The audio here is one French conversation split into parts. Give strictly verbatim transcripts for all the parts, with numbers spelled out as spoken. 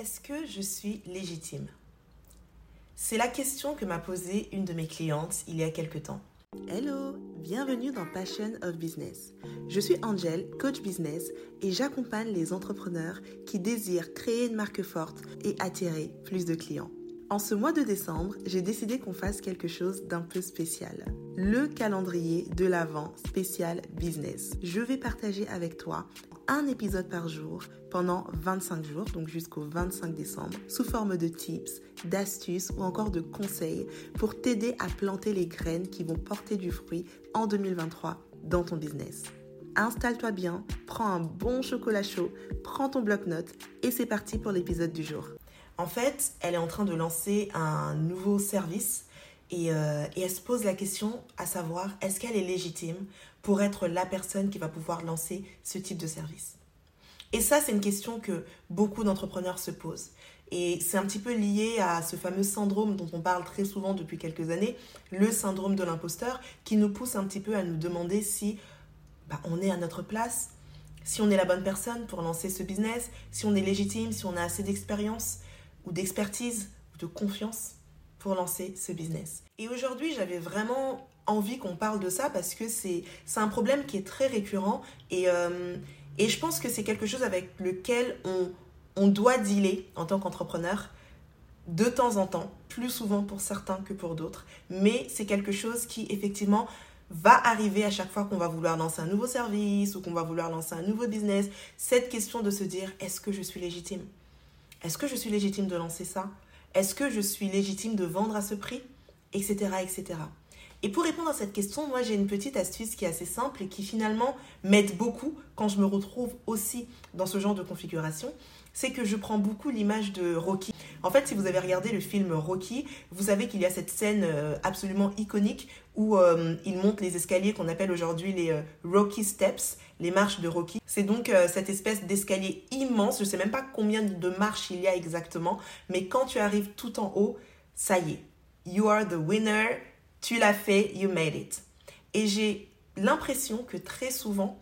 Est-ce que je suis légitime? C'est la question que m'a posée une de mes clientes il y a quelque temps. Hello, bienvenue dans Passion of Business. Je suis Angel, coach business, et j'accompagne les entrepreneurs qui désirent créer une marque forte et attirer plus de clients. En ce mois de décembre, j'ai décidé qu'on fasse quelque chose d'un peu spécial. Le calendrier de l'Avent spécial business. Je vais partager avec toi un épisode par jour pendant vingt-cinq jours, donc jusqu'au vingt-cinq décembre, sous forme de tips, d'astuces ou encore de conseils pour t'aider à planter les graines qui vont porter du fruit en deux mille vingt-trois dans ton business. Installe-toi bien, prends un bon chocolat chaud, prends ton bloc-notes et c'est parti pour l'épisode du jour. En fait, elle est en train de lancer un nouveau service et, euh, et elle se pose la question à savoir, est-ce qu'elle est légitime pour être la personne qui va pouvoir lancer ce type de service? Et ça, c'est une question que beaucoup d'entrepreneurs se posent. Et c'est un petit peu lié à ce fameux syndrome dont on parle très souvent depuis quelques années, le syndrome de l'imposteur, qui nous pousse un petit peu à nous demander si bah, on est à notre place, si on est la bonne personne pour lancer ce business, si on est légitime, si on a assez d'expérience ou d'expertise ou de confiance pour lancer ce business. Et aujourd'hui, j'avais vraiment envie qu'on parle de ça parce que c'est, c'est un problème qui est très récurrent et, euh, et je pense que c'est quelque chose avec lequel on, on doit dealer en tant qu'entrepreneur de temps en temps, plus souvent pour certains que pour d'autres, mais c'est quelque chose qui effectivement va arriver à chaque fois qu'on va vouloir lancer un nouveau service ou qu'on va vouloir lancer un nouveau business, cette question de se dire, est-ce que je suis légitime ? Est-ce que je suis légitime de lancer ça ? Est-ce que je suis légitime de vendre à ce prix ? Etc, et cetera. Et pour répondre à cette question, moi j'ai une petite astuce qui est assez simple et qui finalement m'aide beaucoup quand je me retrouve aussi dans ce genre de configuration. C'est que je prends beaucoup l'image de Rocky. En fait, si vous avez regardé le film Rocky, vous savez qu'il y a cette scène absolument iconique où euh, il monte les escaliers qu'on appelle aujourd'hui les euh, Rocky Steps, les marches de Rocky. C'est donc euh, cette espèce d'escalier immense, je ne sais même pas combien de marches il y a exactement, mais quand tu arrives tout en haut, ça y est, you are the winner, tu l'as fait, you made it. Et j'ai l'impression que très souvent,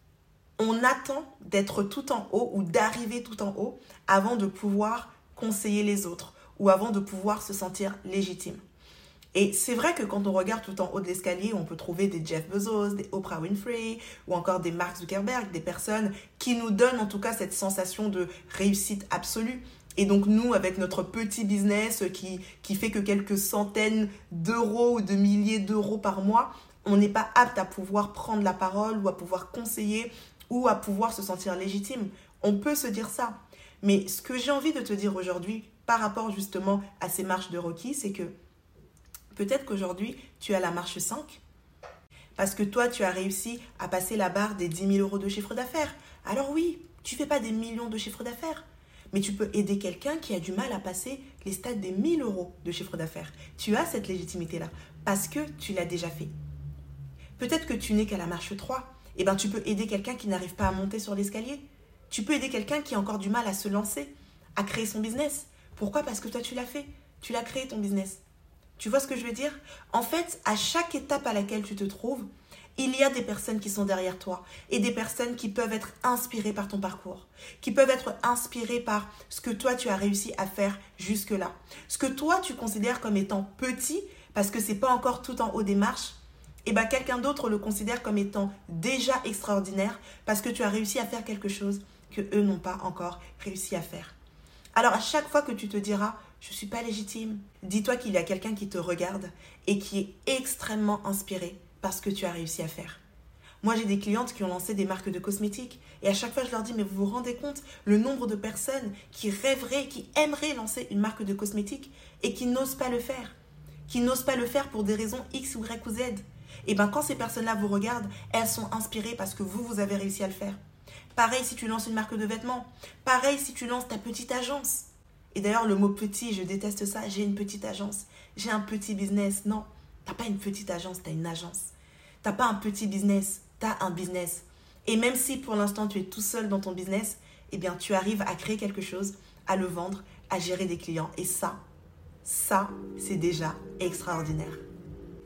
on attend d'être tout en haut ou d'arriver tout en haut avant de pouvoir conseiller les autres ou avant de pouvoir se sentir légitime. Et c'est vrai que quand on regarde tout en haut de l'escalier, on peut trouver des Jeff Bezos, des Oprah Winfrey ou encore des Mark Zuckerberg, des personnes qui nous donnent en tout cas cette sensation de réussite absolue. Et donc nous, avec notre petit business qui, qui fait que quelques centaines d'euros ou de milliers d'euros par mois, on n'est pas apte à pouvoir prendre la parole ou à pouvoir conseiller ou à pouvoir se sentir légitime. On peut se dire ça. Mais ce que j'ai envie de te dire aujourd'hui par rapport justement à ces marches de Rocky, c'est que peut-être qu'aujourd'hui, tu as la marche cinq parce que toi, tu as réussi à passer la barre des dix mille euros de chiffre d'affaires. Alors oui, tu ne fais pas des millions de chiffre d'affaires, mais tu peux aider quelqu'un qui a du mal à passer les stades des mille euros de chiffre d'affaires. Tu as cette légitimité-là parce que tu l'as déjà fait. Peut-être que tu n'es qu'à la marche trois. Eh ben, tu peux aider quelqu'un qui n'arrive pas à monter sur l'escalier. Tu peux aider quelqu'un qui a encore du mal à se lancer, à créer son business. Pourquoi ? Parce que toi, tu l'as fait. Tu l'as créé, ton business. Tu vois ce que je veux dire ? En fait, à chaque étape à laquelle tu te trouves, il y a des personnes qui sont derrière toi et des personnes qui peuvent être inspirées par ton parcours, qui peuvent être inspirées par ce que toi, tu as réussi à faire jusque-là. Ce que toi, tu considères comme étant petit, parce que ce n'est pas encore tout en haut des marches, et bien quelqu'un d'autre le considère comme étant déjà extraordinaire parce que tu as réussi à faire quelque chose que eux n'ont pas encore réussi à faire. Alors à chaque fois que tu te diras « je ne suis pas légitime », dis-toi qu'il y a quelqu'un qui te regarde et qui est extrêmement inspiré par ce que tu as réussi à faire. Moi, j'ai des clientes qui ont lancé des marques de cosmétiques et à chaque fois, je leur dis « mais vous vous rendez compte le nombre de personnes qui rêveraient, qui aimeraient lancer une marque de cosmétiques et qui n'osent pas le faire, qui n'osent pas le faire pour des raisons X, Y ou Z ». Et bien quand ces personnes-là vous regardent, elles sont inspirées parce que vous, vous avez réussi à le faire. Pareil si tu lances une marque de vêtements. Pareil si tu lances ta petite agence. Et d'ailleurs, le mot petit, je déteste ça. J'ai une petite agence. J'ai un petit business. Non, tu n'as pas une petite agence, tu as une agence. Tu n'as pas un petit business, tu as un business. Et même si pour l'instant, tu es tout seul dans ton business, eh bien, tu arrives à créer quelque chose, à le vendre, à gérer des clients. Et ça, ça, c'est déjà extraordinaire.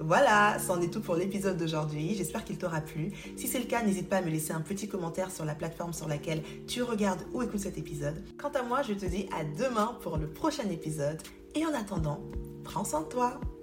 Voilà, c'en est tout pour l'épisode d'aujourd'hui. J'espère qu'il t'aura plu. Si c'est le cas, n'hésite pas à me laisser un petit commentaire sur la plateforme sur laquelle tu regardes ou écoutes cet épisode. Quant à moi, je te dis à demain pour le prochain épisode. Et en attendant, prends soin de toi.